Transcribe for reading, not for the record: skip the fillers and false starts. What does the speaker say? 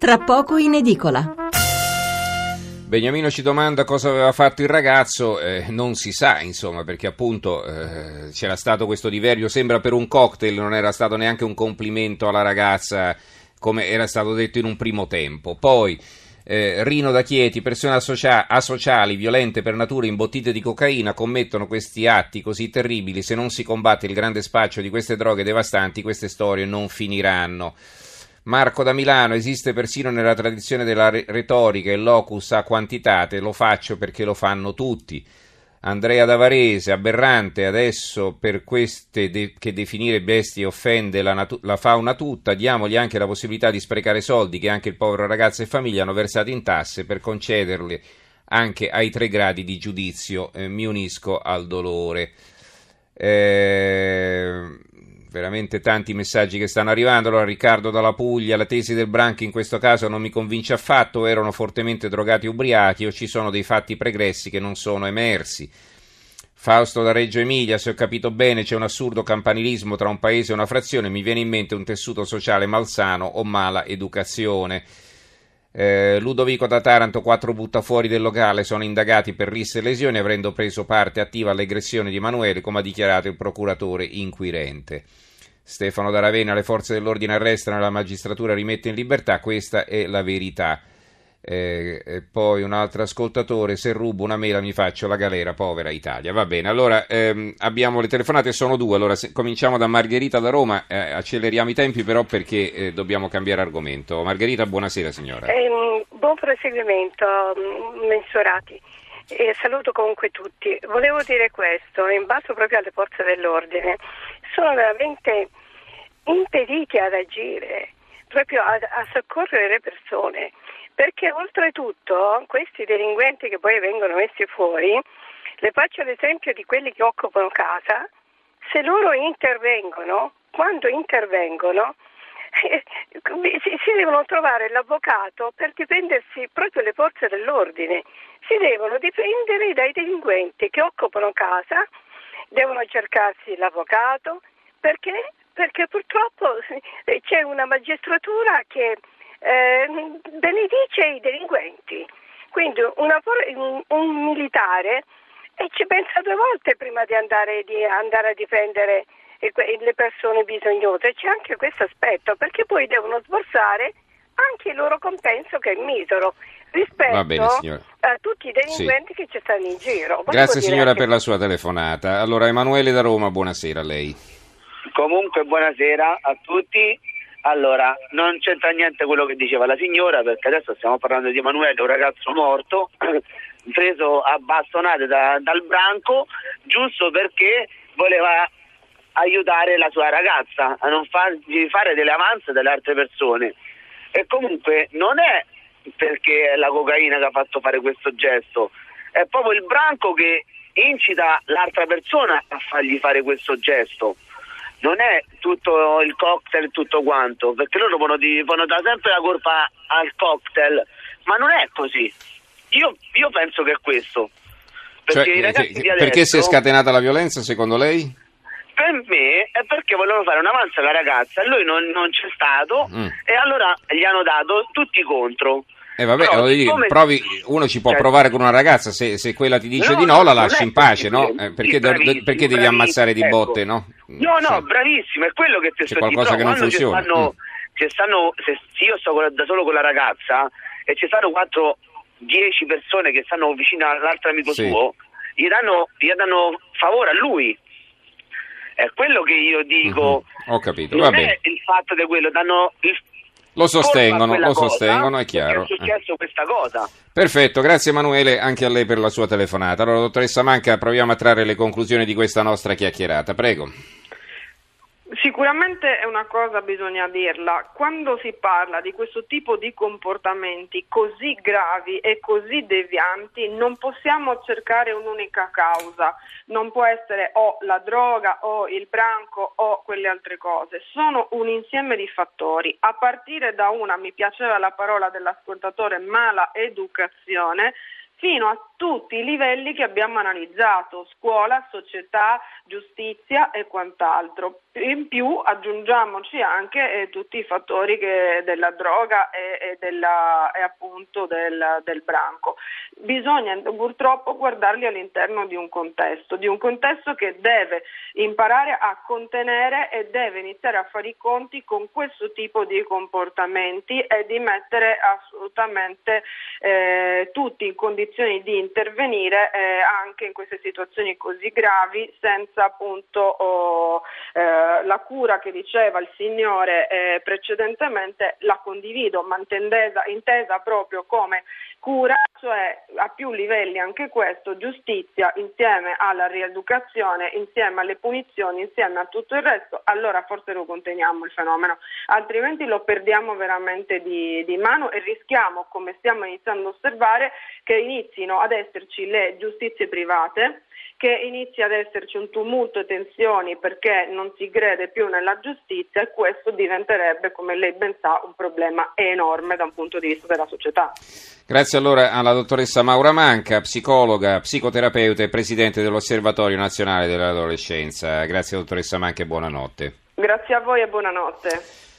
tra poco in edicola. Beniamino ci domanda cosa aveva fatto il ragazzo, non si sa, insomma, perché appunto c'era stato questo diverbio, sembra per un cocktail, non era stato neanche un complimento alla ragazza come era stato detto in un primo tempo. Poi Rino da Chieti, persone asociali, violente per natura, imbottite di cocaina, commettono questi atti così terribili. Se non si combatte il grande spaccio di queste droghe devastanti, queste storie non finiranno. Marco da Milano, esiste persino nella tradizione della retorica il locus a quantitate, lo faccio perché lo fanno tutti. Andrea da Varese, aberrante adesso per queste che definire bestie offende la fauna tutta, diamogli anche la possibilità di sprecare soldi che anche il povero ragazzo e famiglia hanno versato in tasse per concederli anche ai 3 gradi di giudizio. Mi unisco al dolore. Veramente tanti messaggi che stanno arrivando. Allora, Riccardo dalla Puglia, la tesi del Branchi in questo caso non mi convince affatto, erano fortemente drogati ubriachi o ci sono dei fatti pregressi che non sono emersi. Fausto da Reggio Emilia, se ho capito bene c'è un assurdo campanilismo tra un paese e una frazione, mi viene in mente un tessuto sociale malsano o mala educazione. Ludovico da Taranto, 4 buttafuori del locale sono indagati per risse e lesioni avendo preso parte attiva alle aggressioni di Emanuele, come ha dichiarato il procuratore inquirente. Stefano da Ravenna, le forze dell'ordine arrestano e la magistratura rimette in libertà, questa è la verità. E poi un altro ascoltatore, se rubo una mela mi faccio la galera, povera Italia. Va bene, allora abbiamo le telefonate, sono 2, allora cominciamo da Margherita da Roma, acceleriamo i tempi però perché dobbiamo cambiare argomento. Margherita, buonasera signora. Buon proseguimento, mensurati. Saluto comunque tutti. Volevo dire questo, in base proprio alle forze dell'ordine, sono veramente impediti ad agire, proprio a soccorrere le persone, perché oltretutto questi delinquenti che poi vengono messi fuori, le faccio l'esempio di quelli che occupano casa, se loro intervengono, quando intervengono, si devono trovare l'avvocato per difendersi proprio le forze dell'ordine, si devono difendere dai delinquenti che occupano casa, devono cercarsi l'avvocato, perché purtroppo c'è una magistratura che benedice i delinquenti, quindi un militare ci pensa 2 volte prima di andare a difendere le persone bisognose. C'è anche questo aspetto, perché poi devono sborsare anche il loro compenso che è misero rispetto a tutti i delinquenti che ci stanno in giro. Grazie signora per la sua telefonata. Allora Emanuele da Roma, buonasera a lei. Comunque buonasera a tutti. Allora, non c'entra niente quello che diceva la signora, perché adesso stiamo parlando di Emanuele, un ragazzo morto preso a bastonate dal branco, giusto perché voleva aiutare la sua ragazza a non fargli fare delle avanze delle altre persone. E comunque non è perché è la cocaina che ha fatto fare questo gesto, è proprio il branco che incita l'altra persona a fargli fare questo gesto. Non è tutto il cocktail e tutto quanto, perché loro vanno dare sempre la colpa al cocktail, ma non è così. Io penso che è questo. Perché i ragazzi di adesso, perché si è scatenata la violenza secondo lei? Per me è perché volevano fare un avanzo alla ragazza e lui non c'è stato e allora gli hanno dato tutti contro. Vabbè, uno ci può provare con una ragazza, se quella ti dice di no, la lasci in pace, no? Perché devi ammazzare di botte, no? No, bravissimo, è quello che ti sto dicendo. C'è qualcosa che non funziona. Se io sto da solo con la ragazza e ci stanno 10 persone che stanno vicino all'altro amico suo, gli danno favore a lui. È quello che io dico. Ho capito, non è il fatto di quello, lo sostengono, è chiaro. È successo questa cosa. Perfetto, grazie Emanuele, anche a lei per la sua telefonata. Allora, dottoressa Manca, proviamo a trarre le conclusioni di questa nostra chiacchierata, prego. Sicuramente è una cosa, bisogna dirla, quando si parla di questo tipo di comportamenti così gravi e così devianti non possiamo cercare un'unica causa, non può essere o la droga o il branco o quelle altre cose, sono un insieme di fattori, a partire da mi piaceva la parola dell'ascoltatore, mala educazione, fino a tutti i livelli che abbiamo analizzato, scuola, società, giustizia e quant'altro. In più aggiungiamoci anche tutti i fattori della droga e appunto del branco. Bisogna purtroppo guardarli all'interno di un contesto che deve imparare a contenere e deve iniziare a fare i conti con questo tipo di comportamenti e di mettere assolutamente tutti in condizioni di intervenire anche in queste situazioni così gravi, senza appunto la cura che diceva il signore precedentemente. La condivido, ma intesa proprio come cura, cioè a più livelli anche questo, giustizia insieme alla rieducazione, insieme alle punizioni, insieme a tutto il resto, allora forse lo conteniamo il fenomeno, altrimenti lo perdiamo veramente di mano e rischiamo, come stiamo iniziando a osservare, che inizino ad esserci le giustizie private, che inizi ad esserci un tumulto e tensioni perché non si crede più nella giustizia, e questo diventerebbe, come lei ben sa, un problema enorme da un punto di vista della società. Grazie allora alla dottoressa Maura Manca, psicologa, psicoterapeuta e presidente dell'Osservatorio Nazionale dell'Adolescenza. Grazie dottoressa Manca e buonanotte. Grazie a voi e buonanotte.